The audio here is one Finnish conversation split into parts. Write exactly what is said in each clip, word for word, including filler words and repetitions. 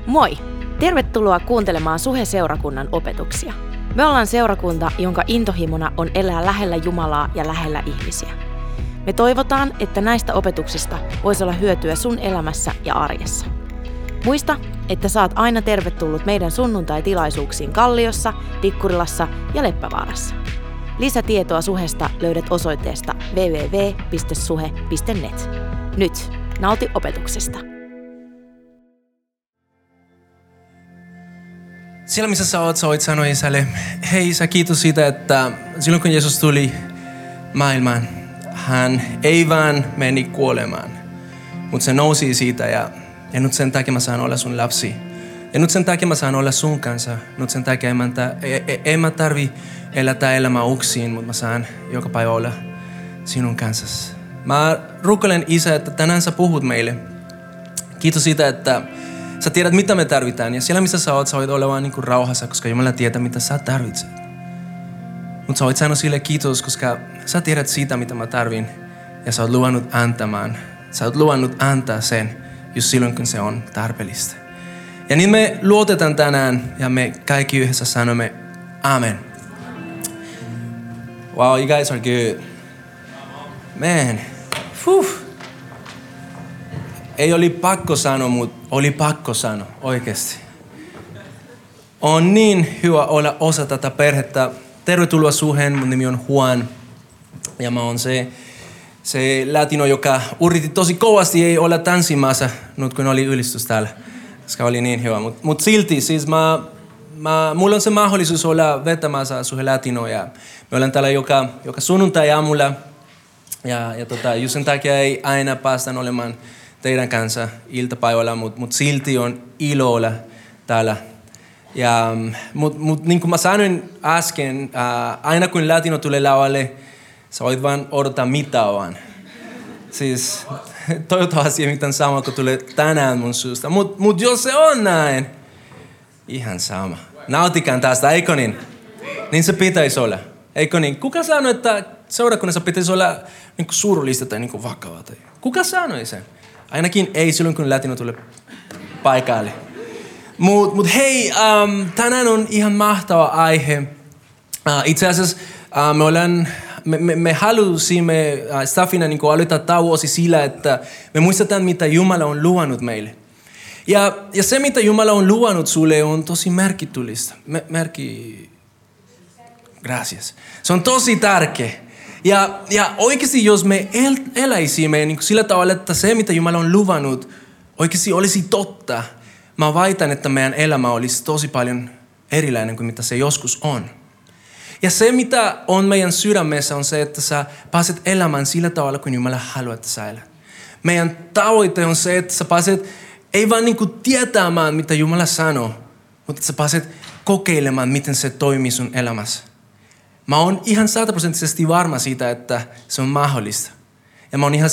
Moi! Tervetuloa kuuntelemaan Suhe-seurakunnan opetuksia. Me ollaan seurakunta, jonka intohimona on elää lähellä Jumalaa ja lähellä ihmisiä. Me toivotaan, että näistä opetuksista voisi olla hyötyä sun elämässä ja arjessa. Muista, että saat aina tervetullut meidän sunnuntai-tilaisuuksiin Kalliossa, Tikkurilassa ja Leppävaarassa. Lisätietoa Suhesta löydät osoitteesta double-u double-u double-u piste suhe piste net. Nyt, nauti opetuksesta. Siellä missä sä oot, sä voit sanoa Isälle, hei Isä, kiitos siitä, että silloin kun Jeesus tuli maailmaan, hän ei vaan meni kuolemaan, mutta se nousi siitä ja, ja nyt sen takia mä saan olla sun lapsi. Ja nyt sen takia mä saan olla sun kanssa. Nyt sen takia en mä, ei, ei mä tarvi elätä elämää uksiin, mutta mä saan joka päivä olla sinun kanssasi. Mä rukoilen Isä, että tänään sä puhut meille. Kiitos siitä, että sä tiedät mitä me tarvitaan. Ja siellä missä sä oot, sä voit olla vaan niin kuin rauhassa, koska Jumala tietää mitä sä tarvitset. Mutta sä voit sanoa sille kiitos, koska sä tiedät siitä mitä mä tarvin. Ja sä oot luvannut antamaan. Sä oot luvannut antaa sen, just silloin kun se on tarpeellista. Ja niin me luotetaan tänään ja me kaikki yhdessä sanomme amen. Wow, you guys are good. Man. Fuh. Ei oli pakko sanoa, mutta oli pakko sanoa oikeasti. On niin hyvä olla osa tätä perhettä. Tervetuloa Suheen, mun nimi on Juan. Ja mä oon se, se latino, joka yritti tosi kovasti ei olla tanssimaassa, nyt kun oli ylistys täällä. Koska oli niin hyvä. Mutta mut silti, siis mä, mä, mulla on se mahdollisuus olla vetämässä Suhe Latino. Ja me ollaan täällä joka, joka sunnuntai aamulla. Ja, ja tota, just sen takia ei aina päästä olemaan teidän kanssa iltapäivällä, mutta mut silti on ilo olla täällä. Mutta mut, niin kuin mä sanoin äsken, ää, aina kun Latino tulee lavalle, sä voit vaan odottaa mitään vaan. Siis toivottavasti ei mitään sama, kun tulee tänään mun suusta. Mutta mut jos se on näin, ihan sama. Nautikaan tästä, eikö niin? Niin se pitäisi olla. Eikö niin? Kuka sanoi, että seurakunnassa pitäisi olla niin kuin surullista tai niin kuin vakavaa? Tai... Kuka sanoi sen? Ainakin ei silloin, kun Latino tulee paikalle. Mutta mut hei, um, tänään on ihan mahtava aihe. Uh, itse asiassa uh, me, ollaan, me, me, me halusimme uh, staffina niin aloittaa tauosi sillä, että me muistetaan, mitä Jumala on luvannut meille. Ja, ja se, mitä Jumala on luvannut sulle, on tosi merkityllistä. Me, merki... Gracias. Se on tosi tärkeä. Ja, ja oikeasti, jos me el, eläisimme niin sillä tavalla, että se, mitä Jumala on luvannut, oikeasti olisi totta, mä väitän, että meidän elämä olisi tosi paljon erilainen kuin mitä se joskus on. Ja se, mitä on meidän sydämessä, on se, että sä pääset elämään sillä tavalla, kun Jumala haluaa, että sä elät. Meidän tavoite on se, että sä pääset ei vaan niin kuin tietämään, mitä Jumala sanoo, mutta että sä pääset kokeilemaan, miten se toimii sun elämässä. Mä oon ihan sataprosenttisesti varma siitä, että se on mahdollista. Ja mä oon ihan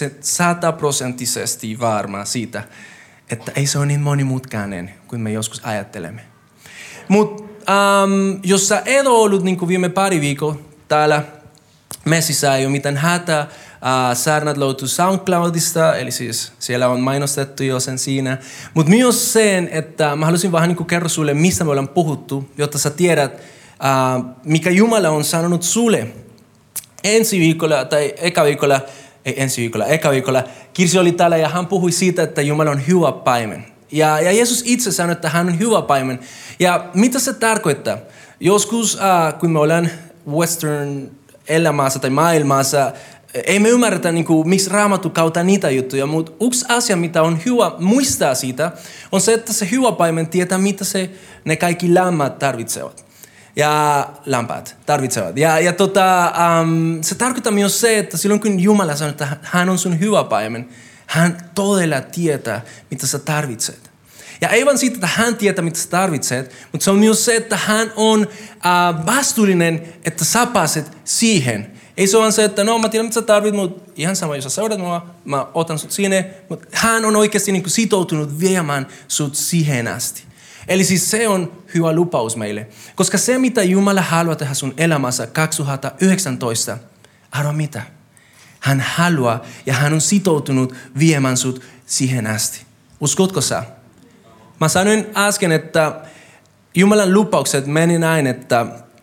sataprosenttisesti varma siitä, että ei se ole niin monimutkainen kuin me joskus ajattelemme. Mutta um, jos sä et ole ollut niin kuin viime pari viikkoa täällä messissä, ei ole mitään hätää. Uh, Saarnat löytyy SoundCloudista, eli siis siellä on mainostettu jo sen siinä. Mutta myös sen, että mä haluaisin vähän niin kuin kertoa sulle, mistä me ollaan puhuttu, jotta sä tiedät, uh, mikä Jumala on sanonut sulle. Ensi viikolla tai eka viikolla, ei ensi viikolla, eka viikolla, Kirsi oli täällä ja hän puhui siitä, että Jumala on hyvä paimen. Ja, ja Jeesus itse sanoi, että hän on hyvä paimen. Ja mitä se tarkoittaa? Joskus, uh, kun me ollaan western elämässä tai maailmassa, ei me ymmärretä, niin kuin, miksi Raamattu kautta niitä juttuja, mutta yksi asia, mitä on hyvä muistaa siitä, on se, että se hyvä paimen tietää, mitä se, ne kaikki lämmät tarvitsevat. Ja lampaat tarvitsevat. Ja, ja tota, um, se tarkoittaa myös se, että silloin kun Jumala sanoo, että hän on sun hyvä paimen, hän todella tietää, mitä sä tarvitset. Ja ei vaan siitä, että hän tietää, mitä sä tarvitset, mutta se on myös se, että hän on uh, vastuullinen, että sä pääset siihen. Ei se ole se, että no mä tiedän, mitä sä tarvit, mutta ihan sama, jos sä seurat mua, mä otan sut sinne. Mutta hän on oikeasti niin kuin sitoutunut viemään sut siihen asti. Eli siis se on hyvä lupaus meille. Koska se, mitä Jumala haluaa tehdä sun elämässä kaksituhattayhdeksäntoista, arvoa mitä? Hän haluaa ja hän on sitoutunut viemään sut siihen asti. Uskotko sä? Mä sanoin äsken, että Jumalan lupaukset meni näin, että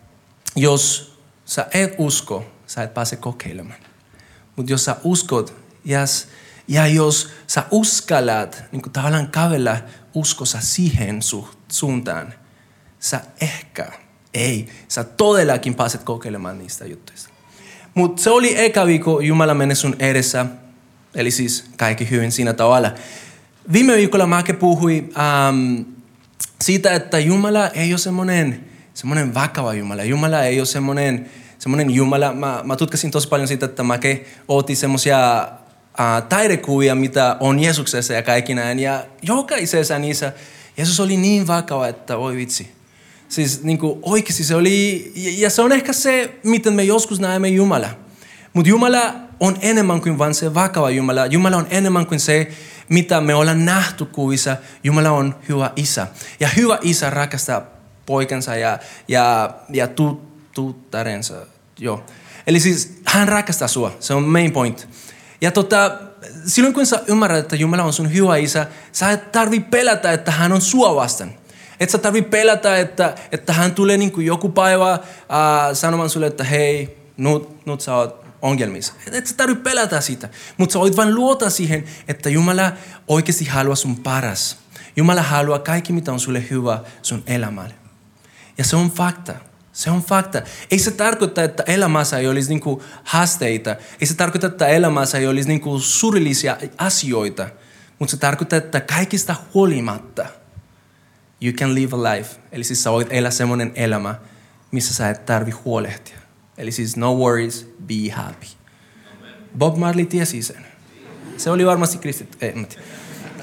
jos sä et usko, sä et pääse kokeilemaan. Mutta jos sä uskot, yes, ja jos sä uskallat niin tavallaan kävellä uskossa siihen su- suuntaan, sä ehkä, ei, sä todellakin pääset kokeilemaan niistä juttuista. Mutta se oli eka viikko Jumala meni sun edessä, eli siis kaikki hyvin siinä tavalla. Viime viikolla mä puhuin ähm, siitä, että Jumala ei ole semmoinen, semmoinen vakava Jumala. Jumala ei ole semmoinen, semmoinen Jumala. Mä, mä tutkasin tosi paljon siitä, että mä otin semmoisia äh, taidekuvia, mitä on Jeesuksessa ja kaikki näin. Ja jokaisessa niissä Jeesus oli niin vakava, että voi vitsi. Siis niin kuin oikeasti se oli, ja se on ehkä se, miten me joskus näemme Jumala. Mutta Jumala on enemmän kuin vain se vakava Jumala. Jumala on enemmän kuin se, mitä me ollaan nähty kuvissa. Jumala on hyvä isä. Ja hyvä isä rakastaa poikansa ja, ja, ja tu, tuttarensa. Joo. Eli siis hän rakastaa sua. Se on main point. Ja tota, silloin kun sä ymmärrät, että Jumala on sun hyvä isä, sä et tarvi pelätä, että hän on sua vastaan. Et sä tarvi pelätä, että, että hän tulee niin kuin joku päivä äh, sanomaan sulle, että hei, nyt, nyt sä oot ongelmissa. Et, et sä tarvi pelätä sitä. Mutta sä voit vain luota siihen, että Jumala oikeasti haluaa sun paras. Jumala haluaa kaikki, mitä on sulle hyvä sun elämälle. Ja se on fakta. Se on fakta. Ei se tarkoita, että elämässä ei olisi niinku haasteita. Ei se tarkoita, että elämässä ei olisi niinku surullisia asioita. Mutta se tarkoittaa, että kaikista huolimatta you can live a life. Eli siis sä voit elää semmoinen elämä, missä sä et tarvi huolehtia. Eli siis no worries, be happy. Bob Marley tiesi sen. Se oli varmasti kristitty. Ei, mä tiedä.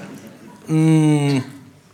Mm,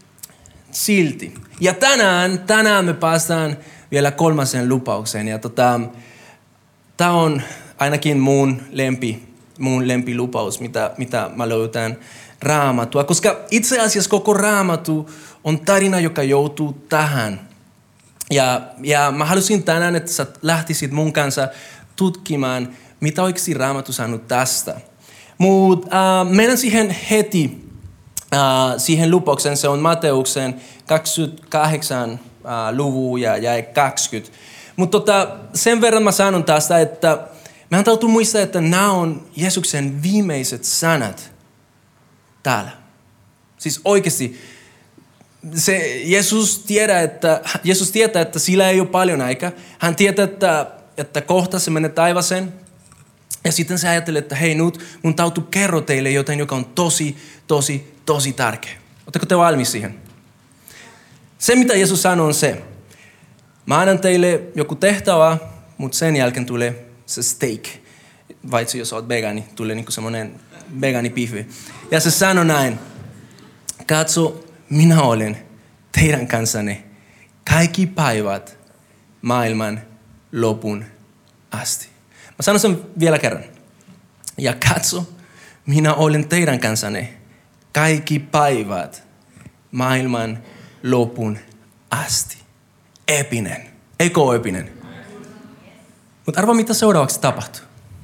silti. Ja tänään, tänään me päästään vielä kolmasen lupaukseen. Ja tota, tää on ainakin mun lempi, mun lempilupaus, mitä, mitä mä löytän Raamatua. Koska itse asiassa koko Raamatu on tarina, joka joutuu tähän. Ja, ja mä halusin tänään, että sä lähtisit mun kanssa tutkimaan, mitä oikeasti Raamattu saanut tästä. Mutta äh, mennään siihen heti, äh, siihen lupaukseen. Se on Matteuksen kaksikymmentäkahdeksan äh, luvu ja jae kaksikymmentä. Mutta tota, sen verran mä sanon tästä, että meidän täytyy muistaa, että nämä on Jeesuksen viimeiset sanat täällä. Siis oikeasti. Se Jeesus tiedää, että, Jeesus tietää, että sillä ei ole paljon aikaa. Hän tietää, että, että kohta se menee taivaseen. Ja sitten se ajattelee, että hei nyt mun täytyy kerro teille jotain, joka on tosi, tosi, tosi tärkeä. Oletteko te valmis siihen? Se, mitä Jeesus sanoo, on se. Mä annan teille joku tehtävä, mutta sen jälkeen tulee se steak. Vaitsi jos olet vegani, tulee niinku semmoinen veganipihvi. Ja se sanoo näin. Katso, minä olen teidän kanssanne kaikki päivät maailman lopun asti. Mä sanon sen vielä kerran. Ja katso, minä olen teidän kanssanne kaikki päivät maailman lopun asti. Epinen. Eikö ole epinen? Mutta arvaa, mitä seuraavaksi tapahtuu.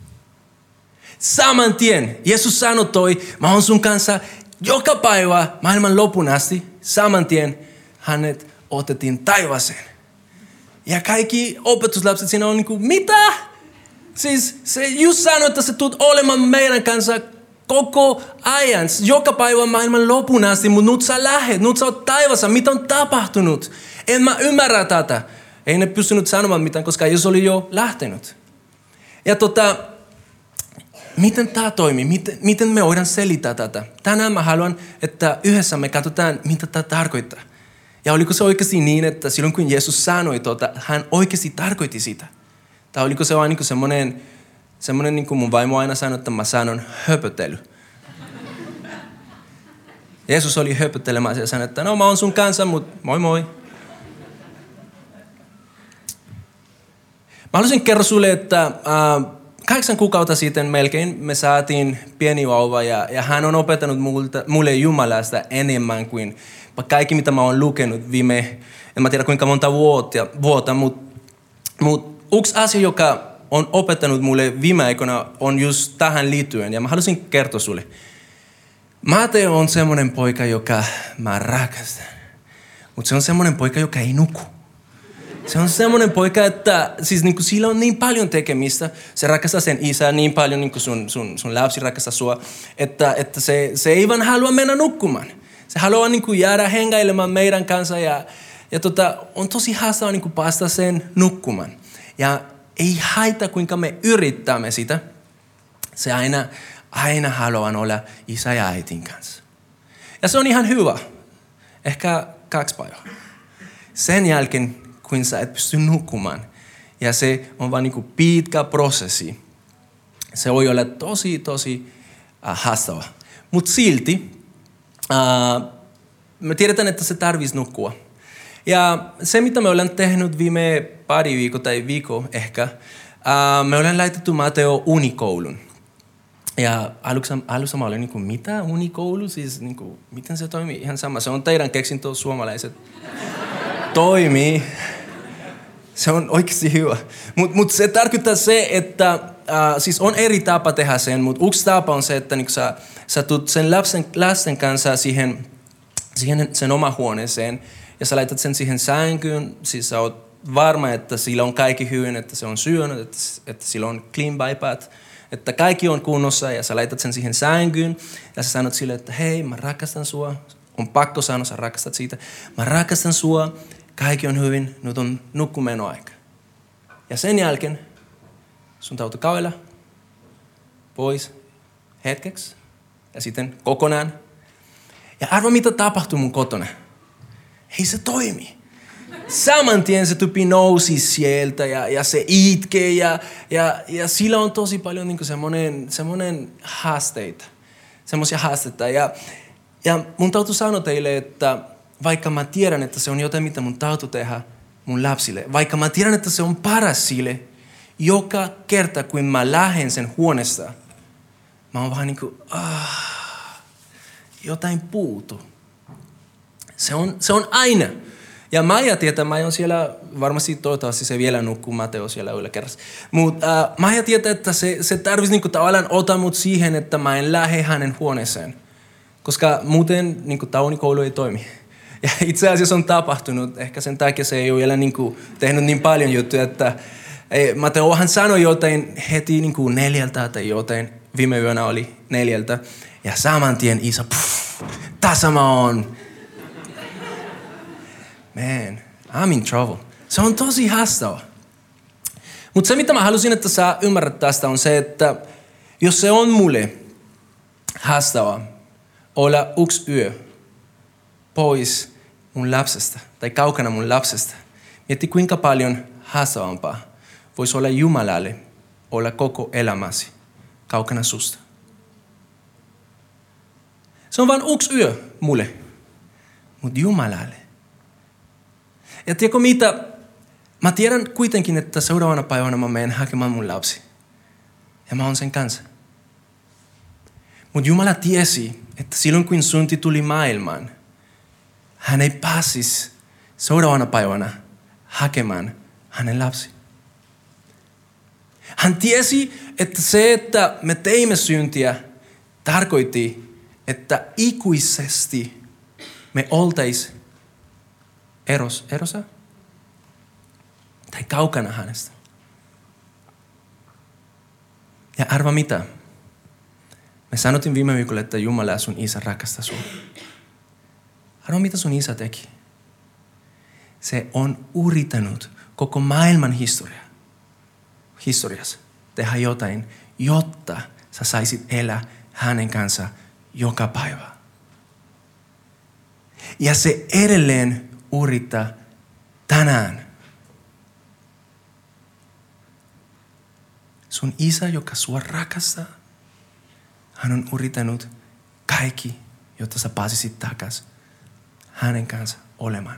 Saman tien Jeesus sanoi, mä oon sun kanssa joka päivä maailman lopun asti. Saman tien hänet otettiin taivaseen. Ja kaikki opetuslapset siinä on niin kuin, mitä? Siis se just sanoi, että sä tulet olemaan meidän kanssa koko ajan. Joka päivä maailman lopun asti, mutta nyt sä lähet, nyt sä oot taivassa. Mitä on tapahtunut? En mä ymmärrä tätä. Ei ne pystynyt sanomaan mitään, koska Jeesus oli jo lähtenyt. Ja tota, miten tämä toimii? Miten, miten me voidaan selittää tätä? Tänään mä haluan, että yhdessä me katsotaan, mitä tämä tarkoittaa. Ja oliko se oikeasti niin, että silloin kun Jeesus sanoi tuota, hän oikeasti tarkoitti sitä? Tai oliko se vain niin semmoinen, semmoinen niin kuin mun vaimo aina sanoi, että mä sanon höpötely. Jeesus oli höpöttelemässä ja sanoi, että no mä oon sun kanssa, mutta moi moi. Mä haluaisin kertoa sulle, että äh, kahdeksan kuukautta sitten melkein me saatiin pieni vauva ja, ja hän on opettanut multa, mulle Jumalasta enemmän kuin kaikki, mitä mä oon lukenut viime, en mä tiedä kuinka monta vuotta, vuotta mutta mut, yksi asia, joka on opettanut mulle viime aikoina, on just tähän liittyen ja mä haluaisin kertoa sulle. Mateo on semmoinen poika, joka mä rakastan. Mutta se on semmoinen poika, joka ei nuku. Se on semmoinen poika, että siis niinku sillä on niin paljon tekemistä. Se rakastaa sen isää niin paljon, niin kuin sun, sun, sun lapsi rakastaa sua, että, että se, se ei vaan halua mennä nukkumaan. Se haluaa niinku jäädä hengailemaan meidän kanssa ja, ja tota, on tosi haastavaa niinku päästä sen nukkumaan. Ja ei haita, kuinka me yrittämme sitä. Se aina, aina haluaa olla isä ja äitin kanssa. Ja se on ihan hyvä. Ehkä kaksi päivää. Sen jälkeen, kun sä et pysty nukkumaan. Ja se on vaan niinku pitkä prosessi. Se voi olla tosi, tosi äh, haastava. Mutta silti äh, me tiedetään, että se tarvitsisi nukkua. Ja se, mitä me ollaan tehnyt viime pari viikkoa tai viikko ehkä, äh, me ollaan laitettu Mateo unikoulun. Ja aluksi, aluksi mä olin niin kuin, mitä unikoulu? Siis niin kuin, miten se toimii? Ihan sama. Se on teidän keksintö, suomalaiset. Toimii. Se on oikeasti hyvä. Mutta mut se tarkoittaa se, että äh, siis on eri tapa tehdä sen, mutta yksi tapa on se, että niin sä, sä tulet sen lapsen, lasten kanssa siihen, siihen sen oma huoneeseen ja sä laitat sen siihen sänkyyn. Siis sä oot varma, että sillä on kaikki hyvin, että se on syönyt, että, että sillä on clean iPad. Että kaikki on kunnossa ja sä laitat sen siihen sänkyyn ja sä sanot sille, että hei, mä rakastan sua. On pakko sanoa, sä rakastat siitä. Mä rakastan sua, kaikki on hyvin, nyt on nukkumenoaika. Ja sen jälkeen sun täytyy kävellä pois hetkeksi ja sitten kokonaan. Ja arva mitä tapahtuu mun kotona. Hei, se toimii. Saman tien se typi nousi sieltä ja, ja se itkee ja, ja, ja sillä on tosi paljon niin semmoinen, semmoinen haasteita. Semmoisia haasteita. Ja, ja mun täytyy sanoa teille, että vaikka mä tiedän, että se on jotain, mitä mun täytyy tehdä mun lapsille. Vaikka mä tiedän, että se on paras sille, joka kerta kun mä lähden sen huoneesta, mä oon vähän niin kuin, ah, jotain puutu. Se on, se on aina. Ja Maija tietää, Maija on siellä, varmasti toivottavasti se vielä nukkuu, Mateo siellä yläkerrassa. Mutta äh, Maija tietää, että se, se tarvitsisi niinku tavallaan ottaa mut siihen, että mä en lähde hänen huoneeseen. Koska muuten niinku, tämä unikoulu ei toimi. Ja itse asiassa on tapahtunut, ehkä sen takia se ei ole vielä niinku, tehnyt niin paljon juttuja, että ei, Mateohan sanoi jotain heti niinku, neljältä tai jotain. Viime yönä oli neljältä. Ja saman tien isä, pff, tässä mä oon. Man, I'm in trouble. Se on tosi haastava. Mutta se, mitä mä halusin, että sä ymmärrät tästä, on se, että jos se on mulle haastava olla yksi yö pois mun lapsesta tai kaukana mun lapsesta, mietti kuinka paljon haastavampaa voisi olla Jumalalle olla koko elämäsi kaukana susta. Se on vain yksi yö mulle, mutta Jumalalle. Ja tiedätkö mitä? Mä tiedän kuitenkin, että seuraavana päivänä mä menen hakemaan mun lapsi. Ja mä oon sen kanssa. Mutta Jumala tiesi, että silloin kun synti tuli maailmaan, hän ei pääsisi seuraavana päivänä hakemaan hänen lapsi. Hän tiesi, että se, että me teimme syntiä, tarkoitti, että ikuisesti me oltais eros, erosa tai kaukana hänestä. Ja arva mitä? Me sanotin viime viikolla, että Jumala ja sun isä rakastaa sinua. Arva mitä sun isä teki? Se on yrittänyt koko maailman historia, historiassa tehdä jotain, jotta sä saisit elää hänen kanssa joka päivä. Ja se edelleen yrittää tänään. Sun isä, joka sua rakastaa, hän on yrittänyt kaikki, jotta sä pääsisit takaisin hänen kanssa olemaan.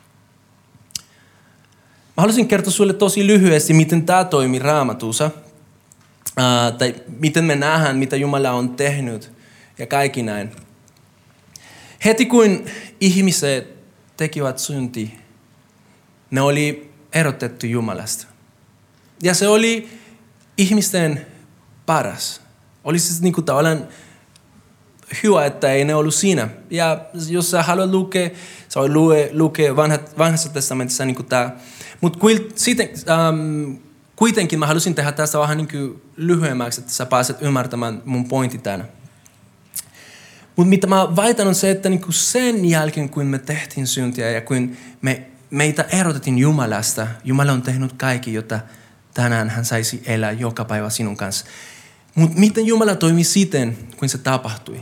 Mä haluaisin kertoa sulle tosi lyhyesti, miten tämä toimii Raamatussa. Uh, tai miten me nähdään, mitä Jumala on tehnyt ja kaikki näin. Heti kun ihmiset tekivät synti, ne oli erotettu Jumalasta. Ja se oli ihmisten paras. Oli siis niin kuin tavallaan hyvä, että ei ne ollut siinä. Ja jos sä haluat lukea, sä voit lukea, lukea vanhat, vanhassa testamentissa niin kuin tämä. Mutta ähm, kuitenkin mä halusin tehdä tästä vähän niin kuin lyhyemmäksi, että sä pääset ymmärtämään mun pointti tänä. Mutta mitä mä väitän on se, että niin kuin sen jälkeen kun me tehtiin syntiä ja kun me, meitä erotettiin Jumalasta, Jumala on tehnyt kaikki, jotta tänään hän saisi elää joka päivä sinun kanssa. Mutta miten Jumala toimi siten, kun se tapahtui?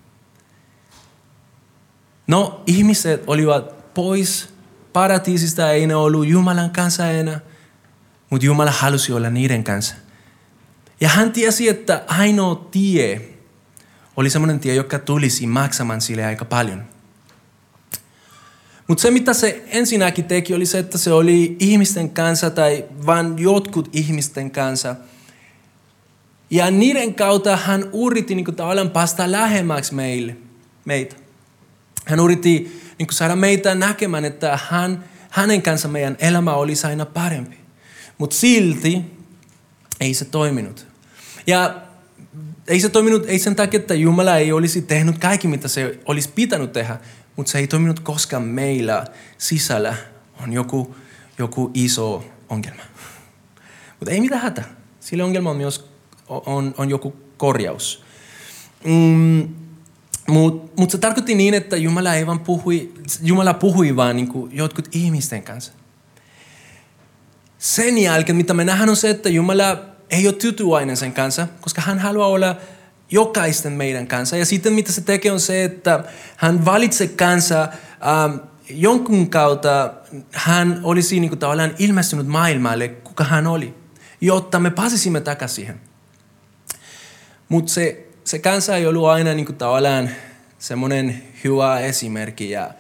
No, ihmiset olivat pois paratiisista, ei ne ollut Jumalan kanssa enää, mutta Jumala halusi olla niiden kanssa. Ja hän tiesi, että ainoa tie oli semmoinen tie, joka tulisi maksamaan sille aika paljon. Mutta se, mitä se ensinnäkin teki, oli se, että se oli ihmisten kanssa tai vain jotkut ihmisten kanssa. Ja niiden kautta hän yritti niin kuin tavallaan päästä lähemmäksi meille, meitä. Hän yritti niin kuin saada meitä näkemään, että hän, hänen kanssa meidän elämä olisi aina parempi. Mutta silti ei se toiminut. Ja ei se toiminut, ei sen takia, että Jumala ei olisi tehnyt kaikki, mitä se olisi pitänyt tehdä, mutta se ei toiminut, koska meillä sisällä on joku, joku iso ongelma. Mutta ei mitään hätä. Sillä ongelma on myös on, on joku korjaus. Mm, Mutta mut se tarkoitti niin, että Jumala ei vaan puhui, Jumala puhui vaan niin kuin jotkut ihmisten kanssa. Sen jälkeen, mitä me nähdään, on se, että Jumala ei ole tyytyväinen sen kanssa, koska hän haluaa olla jokaisten meidän kanssa. Ja sitten mitä se tekee on se, että hän valitsee kanssa ähm, jonkun kautta, hän olisi niin kuin tavallaan ilmestynyt maailmalle, kuka hän oli, jotta me pääsisimme takaisin siihen. Mutta se, se kansa ei ollut aina niin kuin tavallaan semmoinen hyvä esimerkki. Ja,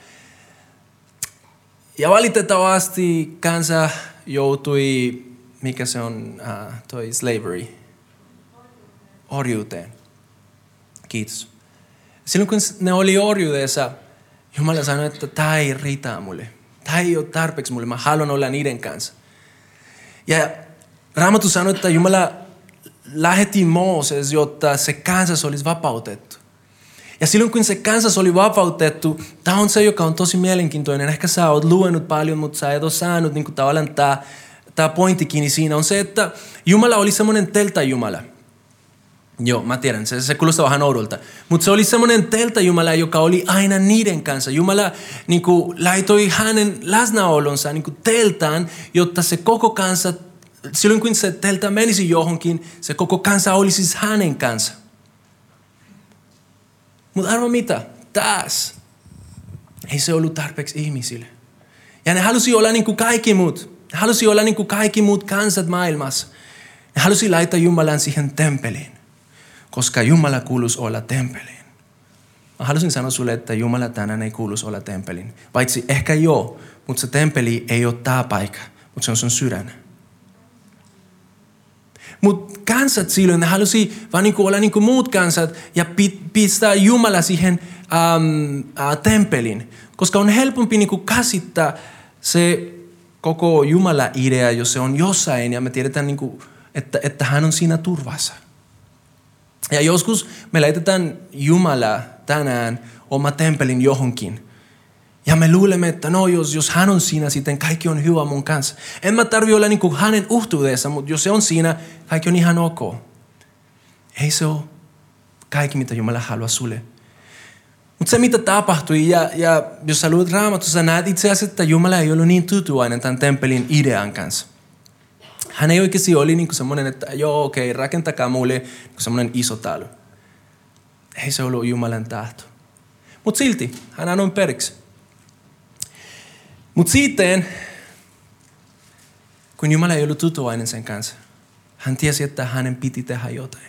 ja valitettavasti kansa joutui, mikä se on, uh, toi slavery, orjuuteen. Kiitos. Silloin kun ne oli orjuudessa, Jumala sanoi, että tämä ei riitä mulle. Tämä ei ole tarpeeksi mulle, mä haluan olla niiden kanssa. Ja Raamattu sanoi, että Jumala lähetti Mooses, jotta se kansas olisi vapautettu. Ja silloin kun se kansas oli vapautettu, tämä on se, joka on tosi mielenkiintoinen. Ehkä sä oot luenut paljon, mutta sä et ole saanut niin kuin tavallaan tämä, tämä pointti kiinni siinä. On se, että Jumala oli semmoinen teltta-Jumala. Joo, mä tiedän, se, se kuulostaa vähän oudolta. Mutta se oli semmoinen teltta-Jumala, joka oli aina niiden kanssa. Jumala niin kuin laitoi hänen läsnäolonsa niin kuin teltaan, jotta se koko kansa, silloin kun se teltta menisi johonkin, se koko kansa oli siis hänen kanssa. Mutta arvo mitä? Taas ei se ollut tarpeeksi ihmisille. Ja ne halusi olla niin kuin kaikki muut. Ne halusi olla niin kuin kaikki muut kansat maailmassa. Ne halusi laittaa Jumalan siihen temppeliin. Koska Jumala kuuluisi olla temppeliin. Mä halusin sanoa sulle, että Jumala tänään ei kuuluisi olla temppeliin. Paitsi ehkä joo, mutta se temppeli ei ole tämä paikka, mutta se on sun sydän. Mutta kansat silloin, ne halusi vaan niinku olla niinku muut kansat ja pistää Jumala siihen ähm, äh, temppeliin. Koska on helpompi niinku käsittää se koko Jumala-idea, jos se on jossain ja me tiedetään, niinku, että, että hän on siinä turvassa. Ja joskus me laitetaan Jumala tänään oma temppelin johonkin. Ja me luulemme, että no, jos, jos hän on siinä, sitten kaikki on hyvä mun kanssa. En mä tarvitse olla niin kuin hänen uhtuudessa, mutta jos se on siinä, kaikki on ihan ok. Ei se ole kaikki, mitä Jumala haluaa sulle. Mutta se, mitä tapahtui, ja, ja jos sä luet Raamatussa, sä näet itse asiassa, että Jumala ei ollut niin tyytyväinen tämän temppelin idean kanssa. Hän ei oikeasti oli niin kuin semmoinen, että joo, okei, okay, rakentakaa mulle niin semmoinen iso talo. Ei se ollut Jumalan tahto. Mutta silti, hän anoi periksi. Mutta sitten, kun Jumala ei ollut tyytyväinen sen kanssa, hän tiesi, että hänen piti tehdä jotain.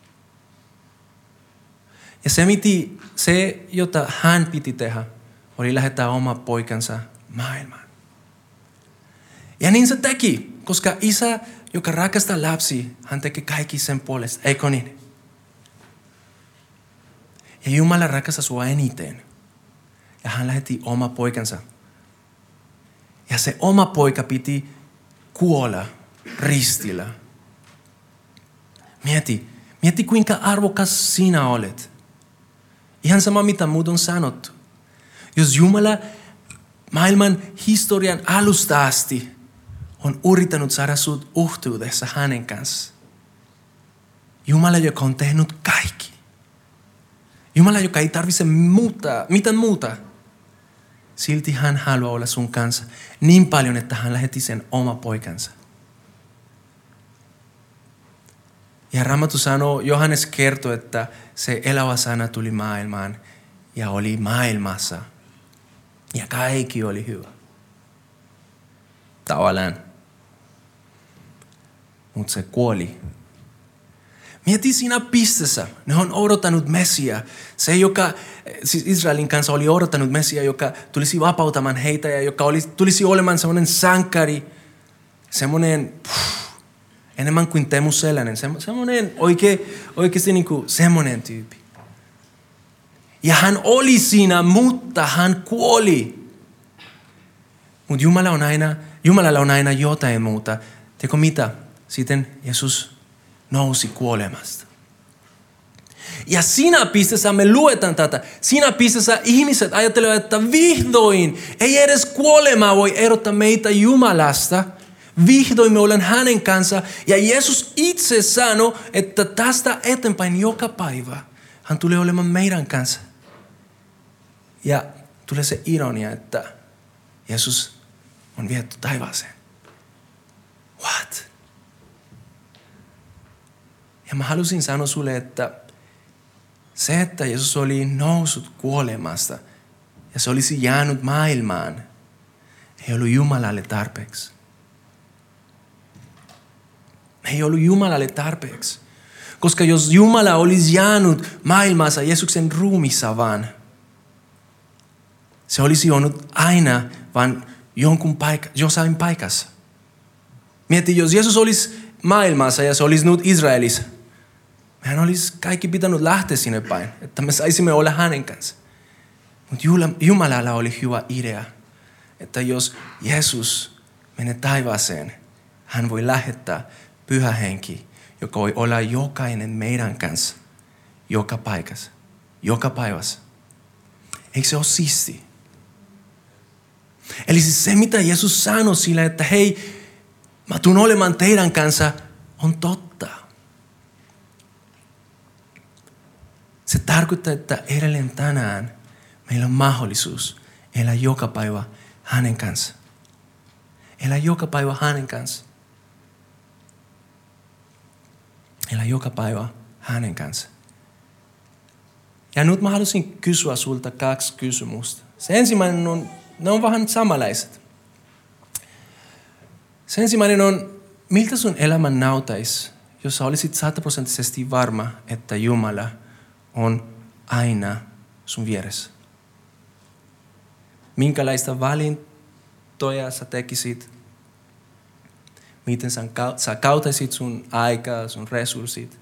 Ja se, miti, se jota hän piti tehdä, oli lähettää oma poikansa maailmaan. Ja niin se teki, koska isä, joka rakastaa lapsi, hän teki kaikki sen puolesta, eikö niin? Ja Jumala rakastaa sua eniten. Ja hän lähetti oma poikansa. Ja se oma poika piti kuolla ristillä. Mieti, mieti kuinka arvokas sinä olet. Ihan sama mitä muut on sanottu. Jos Jumala maailman historian alusta asti on yrittänyt saada sut yhteydessä hänen kanssa. Jumala, joka on tehnyt kaikki. Jumala, joka ei tarvitse muuta, mitään muuta. Silti hän haluaa olla sun kanssa niin paljon, että hän lähetti sen oma poikansa. Ja Raamattu sanoo, Johannes kertoo, että se elävä sana tuli maailmaan ja oli maailmassa. Ja kaikki oli hyvä. Tavallaan. Mutta se kuoli. Mieti siinä pisteessä. Ne on odottanut Messiaa. Se, joka, siis Israelin kanssa oli odottanut Messiaa, joka tulisi vapautamaan heitä ja joka oli, tulisi olemaan semmoinen sankari. Semmoinen, puh, enemmän kuin Teemu Selänen. Semmoinen oikein, oikeasti niin kuin semmoinen tyyppi. Ja hän oli siinä, mutta hän kuoli. Mutta Jumala on aina, Jumalalla on aina jotain muuta. Tiedätkö mitä? Sitten Jeesus nousi kuolemasta. Ja siinä pisteessä me luetaan tätä. Siinä pisteessä ihmiset ajattelevat, että vihdoin ei edes kuolema voi erottaa meitä Jumalasta. Vihdoin me ollaan hänen kanssa. Ja Jeesus itse sanoi, että tästä eteenpäin joka päivä hän tulee olemaan meidän kanssa. Ja tulee se ironia, että Jeesus on viety taivaaseen. What? Ja mä halusin sanoa sulle, että se, että Jeesus oli noussut kuolemasta ja se olisi jäänyt maailmaan, ei ollut Jumalalle tarpeeksi. Ei ollut Jumalalle tarpeeksi. Koska jos Jumala olisi jäänyt maailmassa Jeesuksen ruumissa vaan, se olisi ollut aina vaan jonkun paikka, jossain paikassa. Mieti, jos Jeesus olisi maailmassa ja se olisi nyt Israelissa, mehän olisi kaikki pitänyt lähteä sinne päin, että me saisimme olla hänen kanssa. Mutta Jumalalla oli hyvä idea, että jos Jeesus menee taivaaseen, hän voi lähettää Pyhä Henki, joka voi olla jokainen meidän kanssa, joka paikassa, joka päivässä. Eikö se ole siisti? Eli siis se, mitä Jeesus sanoi sille, että hei, mä tuun olemaan teidän kanssa, on totta. Se tarkoittaa, että edelleen tänään meillä on mahdollisuus elää joka päivä hänen kanssa. Elää joka päivä hänen kanssa. Elää joka päivä hänen kanssa. Ja nyt mä haluaisin kysyä sulta kaksi kysymystä. Se ensimmäinen on, ne on vähän samanlaiset. Se ensimmäinen on, miltä sun elämän näyttäisi, jos sä olisit sataprosenttisesti varma, että Jumala on aina sun vieressä. Minkälaista valintoja sä tekisit? Miten sä kautaisit sun aikaa, sun resurssit?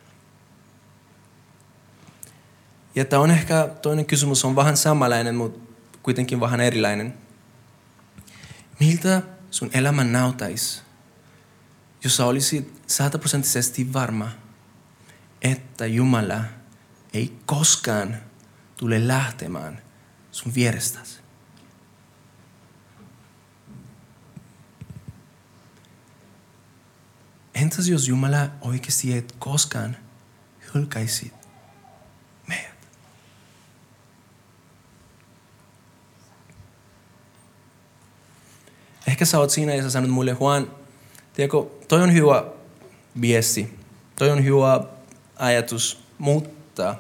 Ja tämä on ehkä toinen kysymys, on vähän samanlainen, mutta kuitenkin vähän erilainen. Miltä sun elämä näyttäisi, jos sä olisit sataprosenttisesti varma, että Jumala ei koskaan tule lähtemään sun vierestäsi? Entäs jos Jumala oikeasti ei koskaan hylkäisi meidät? Ehkä sä oot siinä ja sä sanot mulle, Juan, tiedätkö, toi on hyvä viesti, toi on hyvä ajatus, mutta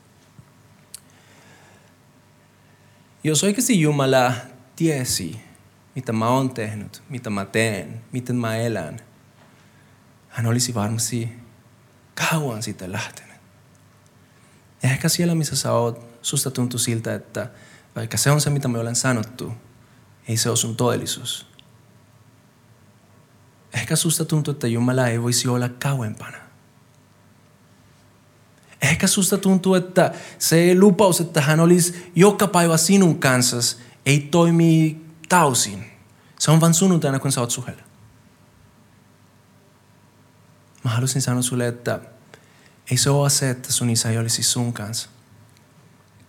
jos oikeasti Jumala tiesi, mitä mä oon tehnyt, mitä mä teen, miten mä elän, hän olisi varmasti kauan sitten lähtenyt. Ja ehkä siellä, missä sä oot, susta tuntuu siltä, että vaikka se on se, mitä me olen sanottu, ei se ole sun todellisuus. Ehkä susta tuntuu, että Jumala ei voisi olla kauempana. Ehkä susta tuntuu, että se lupaus, että hän olisi joka päivä sinun kanssasi, ei toimi täysin. Se on vain sunnuntaina, kun sä oot suhella. Mä halusin sanoa sulle, että ei se ole se, että sun isä ei olisi sun kanssa.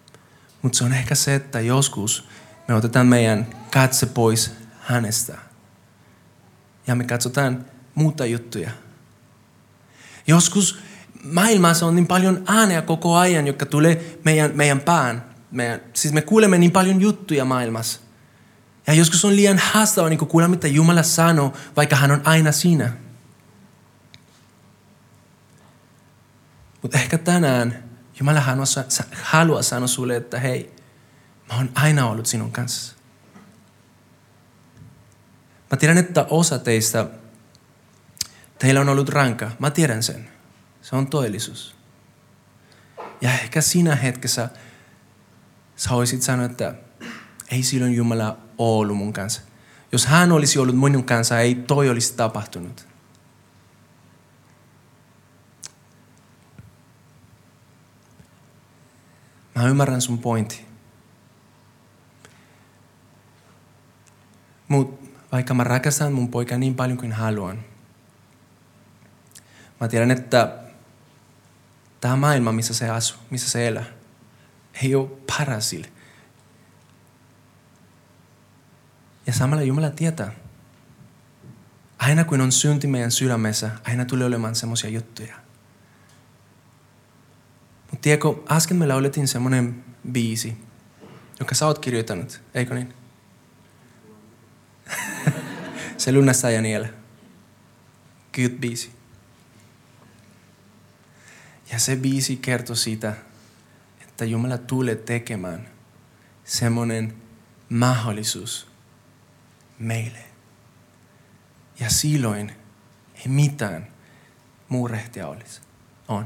Mutta se on ehkä se, että joskus me otetaan meidän katse pois hänestä. Ja me katsotaan muuta juttuja. Joskus maailmassa on niin paljon ääniä koko ajan, jotka tulee meidän, meidän pään. Meidän, siis me kuulemme niin paljon juttuja maailmassa. Ja joskus on liian haastavaa niin kuulla, mitä Jumala sanoo, vaikka hän on aina siinä. Mutta ehkä tänään Jumala haluaa, haluaa sanoa sulle, että hei, mä oon aina ollut sinun kanssa. Mä tiedän, että osa teistä, teillä on ollut rankka. Mä tiedän sen. Se on todellisuus. Ja ehkä siinä hetkessä sä voisit sanoa, että ei silloin Jumala ollut mun kanssa. Jos hän olisi ollut minun kanssa, ei toi olisi tapahtunut. Mä ymmärrän sun pointti. Mut vaikka mä rakastan mun poikaa niin paljon kuin haluan, mä tiedän, että tämä maailma, missä se asuu, missä se elää, ei ole paras sille. Ja samalla Jumala tietää. Aina kun on synti meidän sydämessä, aina tulee olemaan semmoisia juttuja. Mutta tiedätkö, äsken me laulettiin semmoinen biisi, joka sä oot kirjoittanut, eikö niin? Se lunastaa ja niellä. Good biisi. Ja se biisi kertoo siitä, että Jumala tulee tekemään semmoinen mahdollisuus meille. Ja silloin ei mitään muurehtia olisi. On.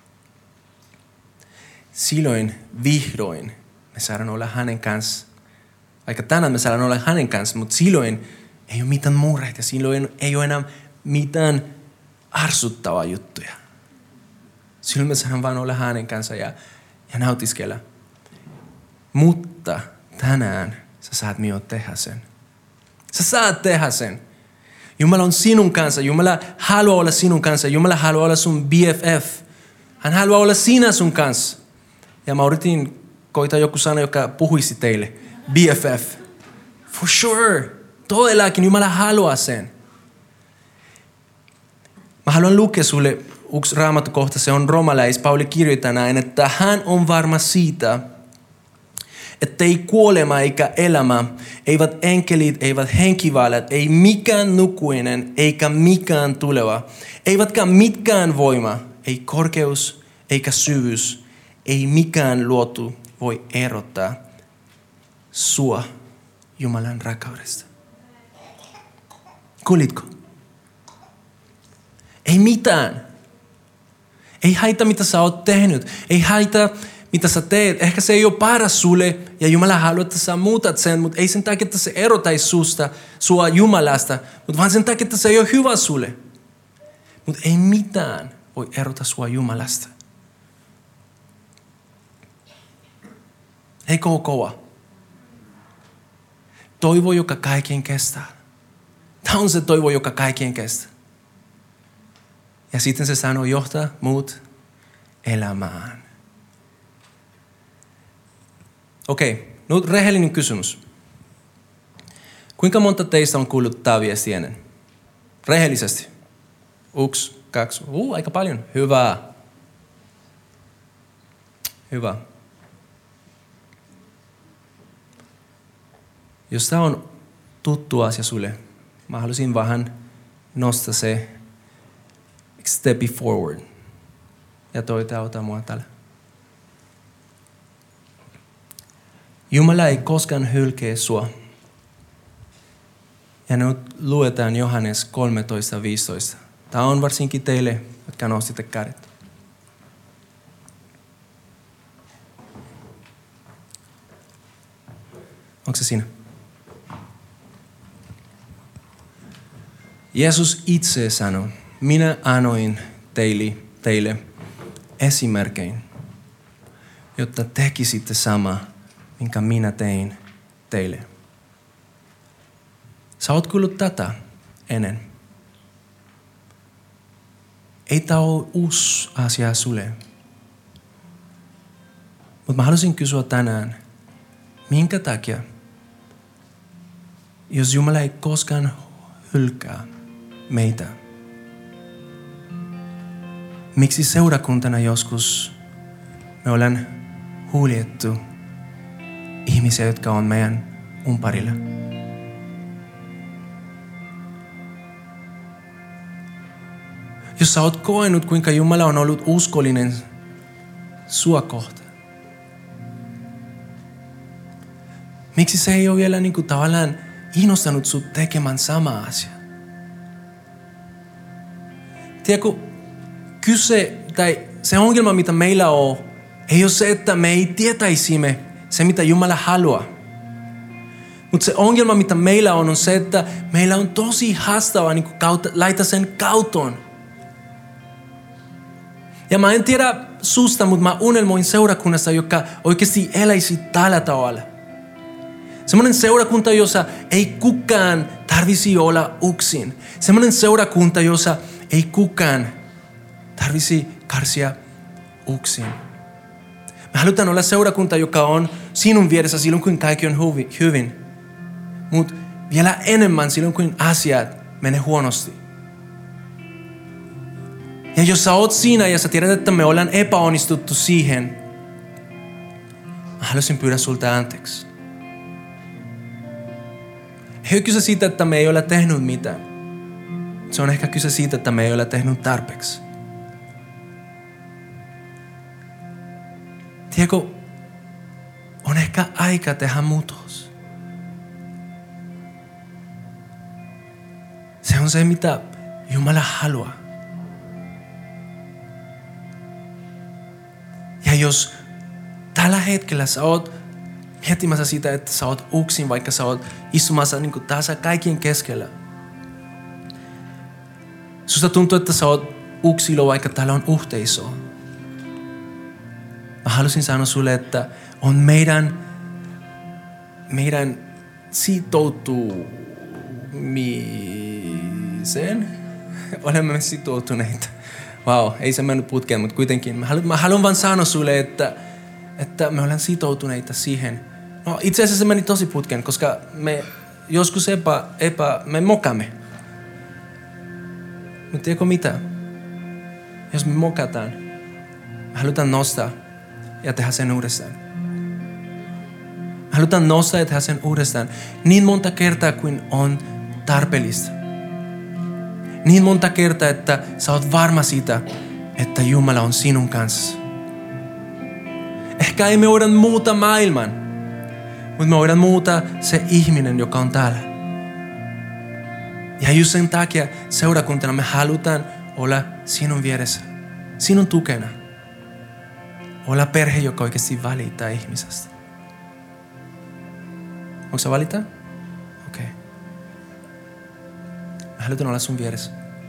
Silloin vihdoin me saadaan olla hänen kanssa. Vaikka tänään me saadaan olla hänen kanssa, mutta silloin ei ole mitään muurehtia. Silloin ei ole enää mitään arsuttavaa juttuja. Silloin me saadaan vaan olla hänen kanssa ja, ja nautiskella. Mutta tänään sä saat minua tehdä sen. Sä saat tehdä sen. Jumala on sinun kanssa. Jumala haluaa olla sinun kanssa. Jumala haluaa olla sun B F F. Hän haluaa olla sinä sun kanssa. Ja mä yritin koita joku sana, joka puhuisi teille. B F F. For sure. Todellakin Jumala haluaa sen. Mä haluan lukea sulle yksi raamattukohta. Se on romalais. Pauli kirjoittaa näin, että hän on varma siitä, että ei kuolema eikä elämä, eivät enkelit, eivät henkivallat, ei mikään nukuinen eikä mikään tuleva, eivätkä mitkään voima, ei korkeus eikä syvyys, ei mikään luotu voi erottaa sua Jumalan rakkaudesta. Kuulitko? Ei mitään. Ei haita, mitä sä oot tehnyt. Ei haita, mitä sä teet. Ehkä se ei ole paras sulle ja Jumala haluaa, että sä muutat sen, mutta ei sen takia, että se erotaisi susta, sua Jumalasta, mutta vaan sen takia, että se ei ole hyvä sulle. Mutta ei mitään voi erota sua Jumalasta. Eikö ole kova? Toivo, joka kaikkien kestää. Tämä on se toivo, joka kaikkien kestää. Ja sitten se sanoo, johtaa muut elämään. Okei, nyt rehellinen kysymys. Kuinka monta teistä on kuullut tämä viesti ennen? Rehellisesti. Yksi, kaksi, uh, aika paljon. Hyvä. Hyvä. Jos tämä on tuttu asia sulle, mä haluaisin vähän nostaa se step forward. Ja toita auta mua täällä. Jumala ei koskaan hylkee sua. Ja nyt luetaan Johannes kolmetoista viisitoista. Tämä on varsinkin teille, jotka nostitte kädet. Onko se siinä? Jeesus itse sanoi, minä annoin teille, teille esimerkein, jotta tekisitte sama, minkä minä tein teille. Sä oot kuullut tätä ennen. Ei tämä ole uusi asia sulle. Mutta mä haluaisin kysyä tänään, minkä takia, jos Jumala ei koskaan hylkää meitä, miksi seurakuntana joskus me ollaan huljettu ihmisiä, jotka on meidän umparilla? Jos sä oot koenut, kuinka Jumala on ollut uskollinen sua kohtaan, miksi se ei ole vielä niin kuin tavallaan innostanut sut tekemään sama asia? Tiedätkö, kyse tai se ongelma, mitä meillä on, ei ole se, että me ei tietäisimme se, mitä Jumala haluaa. Mutta se ongelma, mitä meillä on, on se, että meillä on tosi haastavaa niin kautta, laittaa sen kautoon. Ja mä en tiedä susta, mutta mä unelmoin seurakunnassa, joka oikeasti eläisi tällä tavalla. Semmoinen seurakunta, jossa ei kukaan tarvisi olla yksin. Semmoinen seurakunta, jossa ei kukaan tarvisi karsia yksin. Me halutaan olla seurakunta, joka on sinun vieressä silloin, kun kaikki on hyvin. Mutta vielä enemmän silloin, kun asiat menee huonosti. Ja jos sä oot siinä ja sä tiedät, että me ollaan epäonnistuttu siihen, mä haluaisin pyydä sulta anteeksi. Ei ole kyse siitä, että me ei ole tehnyt mitään. Se on ehkä kyse siitä, että me ei ole tehnyt tarpeeksi. Tiedätkö, on ehkä aika tehdä muutos. Se on se, mitä Jumala haluaa. Ja jos tällä hetkellä sä oot miettimässä sitä, että sä oot yksin, vaikka sä oot istumassa niin kuin tässä kaikkien keskellä. Susta tuntuu, että sä oot yksilö, vaikka täällä on yhteisö. Mä halusin sanoa sulle, että on meidän, meidän sitoutumisen. Olemme sitoutuneita. Vau, wow, ei se mennyt putkeen, mutta kuitenkin. Mä haluan, mä haluan vaan sanoa sulle, että, että me ollaan sitoutuneita siihen. No itse asiassa se meni tosi putkeen, koska me joskus epä, epä, me mokamme. Mutta tiedätkö mitä? Jos me mokataan, me halutaan nostaa ja tehdä sen uudestaan. Me halutaan nostaa ja tehdä sen uudestaan niin monta kertaa kuin on tarpeellista. Niin monta kertaa, että sä oot varma siitä, että Jumala on sinun kanssa. Ehkä ei me voida muuta maailman, mutta me voidaan muuta se ihminen, joka on täällä. Ja just sen takia seurakuntana me halutaan olla sinun vieressä, sinun tukena. Olla perhe, joka oikeasti valittaa ihmisestä. Onko sä valita? Okei. Okay. Mä haluan olla sun vieressä.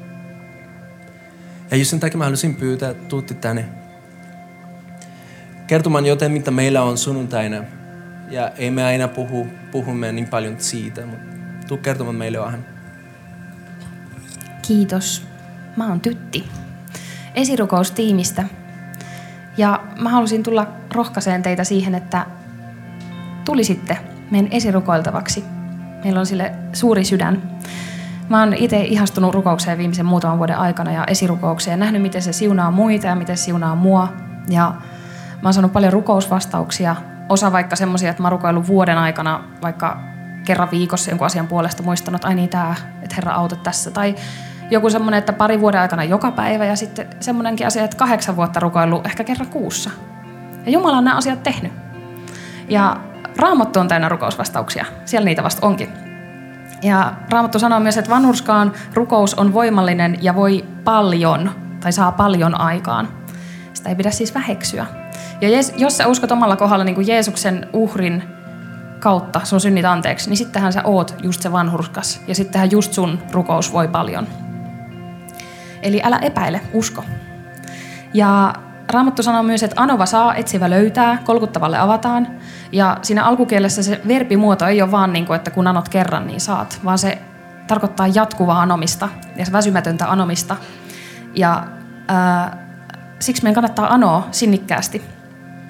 Ja just sen takia mä haluaisin pyytää tuutti tänne kertomaan jotain, mitä meillä on sunnuntaina. Ja ei me aina puhu, puhumme niin paljon siitä, mutta tuu kertomaan meille vähän. Kiitos. Mä oon Tytti esirukoustiimistä. Ja mä halusin tulla rohkaiseen teitä siihen, että tulisitte meidän esirukoiltavaksi. Meillä on sille suuri sydän. Mä oon itse ihastunut rukoukseen viimeisen muutaman vuoden aikana ja esirukoukseen. Nähnyt, miten se siunaa muita ja miten se siunaa mua. Ja mä oon saanut paljon rukousvastauksia. Osa vaikka semmoisia, että mä oon rukoillut vuoden aikana vaikka kerran viikossa jonkun asian puolesta muistanut, että ai niin tää, että Herra auta tässä. Tai joku semmoinen, että pari vuoden aikana joka päivä ja sitten semmoinenkin asia, että kahdeksan vuotta rukoillut ehkä kerran kuussa. Ja Jumala on nämä asiat tehnyt. Ja Raamattu on täynnä rukousvastauksia. Siellä niitä vasta onkin. Ja Raamattu sanoo myös, että vanhurskaan rukous on voimallinen ja voi paljon, tai saa paljon aikaan. Sitä ei pidä siis väheksyä. Ja jos sä uskot omalla kohdalla niin kuin Jeesuksen uhrin kautta sun synnit anteeksi, niin sittenhän sä oot just se vanhurskas. Ja sittenhän just sun rukous voi paljon. Eli älä epäile, usko. Ja Raamattu sanoo myös, että anova saa, etsivä löytää, kolkuttavalle avataan. Ja siinä alkukielessä se verbimuoto ei ole vaan niin kuin, että kun anot kerran, niin saat, vaan se tarkoittaa jatkuvaa anomista ja väsymätöntä anomista. Ja ää, siksi meidän kannattaa anoa sinnikkäästi.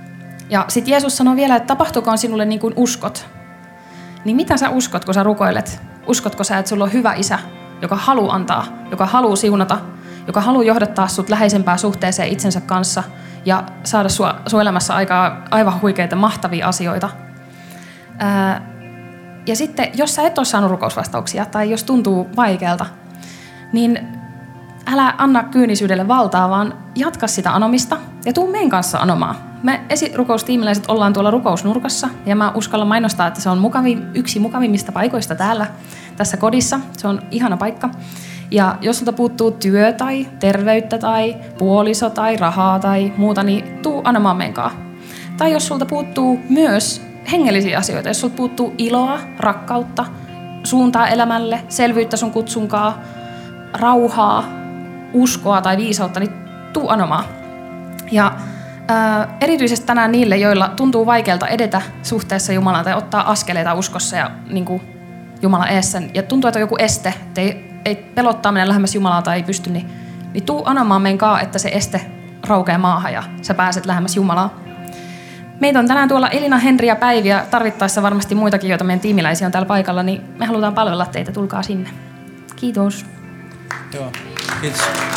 Ja sitten Jeesus sanoi vielä, että tapahtukoon sinulle niin kuin uskot. Niin mitä sä uskot, kun sä rukoilet? Uskotko sä, että sulla on hyvä isä, joka haluaa antaa, joka haluaa siunata, joka haluaa johdattaa sut läheisempään suhteeseen itsensä kanssa ja saada sua, sun elämässä aikaa aivan huikeita, mahtavia asioita? Ää, ja sitten, jos sä et ole saanut rukousvastauksia tai jos tuntuu vaikealta, niin älä anna kyynisyydelle valtaa, vaan jatka sitä anomista ja tuu meidän kanssa anomaan. Me esirukoustiimiläiset ollaan tuolla rukousnurkassa ja mä uskallan mainostaa, että se on mukavi, yksi mukavimmista paikoista täällä tässä kodissa. Se on ihana paikka. Ja jos sulta puuttuu työ tai terveyttä tai puoliso tai rahaa tai muuta, niin tuu anomaan menkaa. Tai jos sulta puuttuu myös hengellisiä asioita, jos sulta puuttuu iloa, rakkautta, suuntaa elämälle, selvyyttä sun kutsunkaa, rauhaa, uskoa tai viisautta, niin tuu anomaan. Ja ää, erityisesti tänään niille, joilla tuntuu vaikealta edetä suhteessa Jumalaan tai ottaa askeleita uskossa ja niin kuin Jumalan eessä, ja tuntuu, että on joku este, että ei, ei pelottaa mennä lähemmäs Jumalaa tai ei pysty, niin, niin tuu anomaan menkaa, että se este raukeaa maahan ja sä pääset lähemmäs Jumalaa. Meitä on tänään tuolla Elina, Henri ja Päivi ja tarvittaessa varmasti muitakin, joita meidän tiimiläisiä on täällä paikalla, niin me halutaan palvella teitä, tulkaa sinne. Kiitos. Joo, kiitos.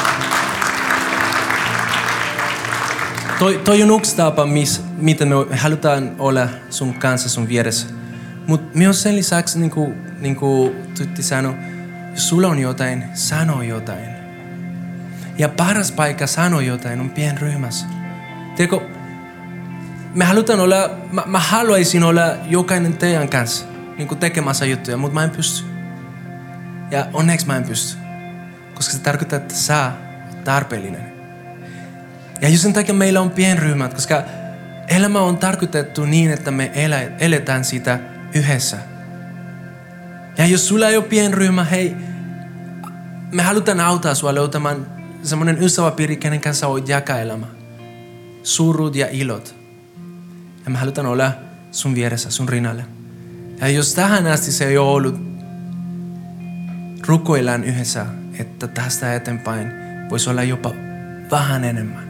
Toi, toi on yksi tapa, miss, miten me halutaan olla sun kanssa sun vieressä. Mutta myös sen lisäksi, niin kuin, niin kuin Tytti sanoi, jos sulla on jotain, sano jotain. Ja paras paikka sanoa jotain on pienryhmässä. Tiedätkö, me halutaan olla, mä, mä haluaisin olla jokainen teidän kanssa niin kuin tekemässä juttuja, mutta mä en pysty. Ja onneksi mä en pysty. Koska se tarkoittaa, että sä oot tarpeellinen. Ja just sen takia meillä on pienryhmät, koska elämä on tarkoitettu niin, että me elä, eletään sitä yhdessä. Ja jos sulla ei ole pienryhmä, hei, me halutaan auttaa sua löytämään semmoinen ystäväpiiri, kenen kanssa voit jakaa elämä. Surut ja ilot. Ja me halutaan olla sun vieressä, sun rinnalle. Ja jos tähän asti se ei ole ollut, rukoillaan yhdessä, että tästä eteenpäin voisi olla jopa vähän enemmän.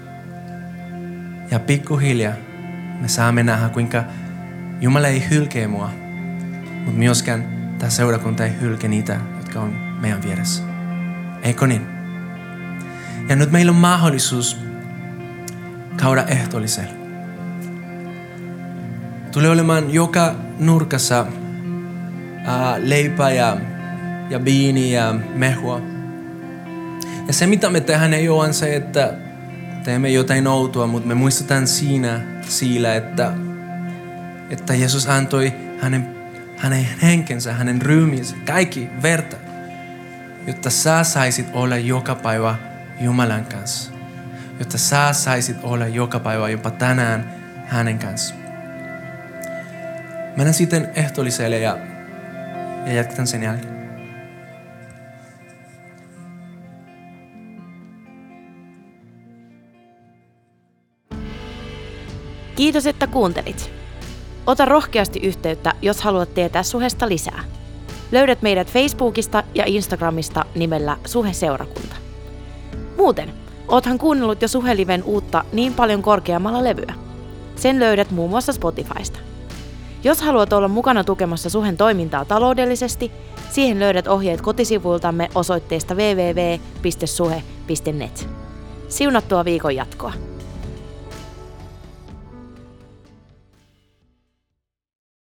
Ja pikkuhiljaa me saamme nähdä, kuinka Jumala ei hylkee mua, mutta myöskään tämä seurakunta ei hylke niitä, jotka on meidän vieressä. Eikö niin? Ja nyt meillä on mahdollisuus käydä ehtoollisella. Tulee olemaan joka nurkassa ää, leipää ja, ja viini ja mehua. Ja se mitä me tehdään ei ole se, että teemme jotain outoa, mutta me muistetaan siinä sillä, että, että Jeesus antoi hänen, hänen henkensä, hänen ryhminsä, kaikki verta, jotta sä saisit olla joka päivä Jumalan kanssa. Jotta sä saisit olla joka päivä jopa tänään hänen kanssa. Mennään sitten ehtoolliselle ja, ja jatketaan sen jälkeen. Kiitos, että kuuntelit. Ota rohkeasti yhteyttä, jos haluat tietää Suhesta lisää. Löydät meidät Facebookista ja Instagramista nimellä Suhe-seurakunta. Muuten, oothan kuunnellut jo Suhe-liven uutta Niin paljon korkeammalla levyä. Sen löydät muun muassa Spotifysta. Jos haluat olla mukana tukemassa Suhen toimintaa taloudellisesti, siihen löydät ohjeet kotisivuiltamme osoitteesta double-u double-u double-u piste suhe piste net. Siunattua viikon jatkoa.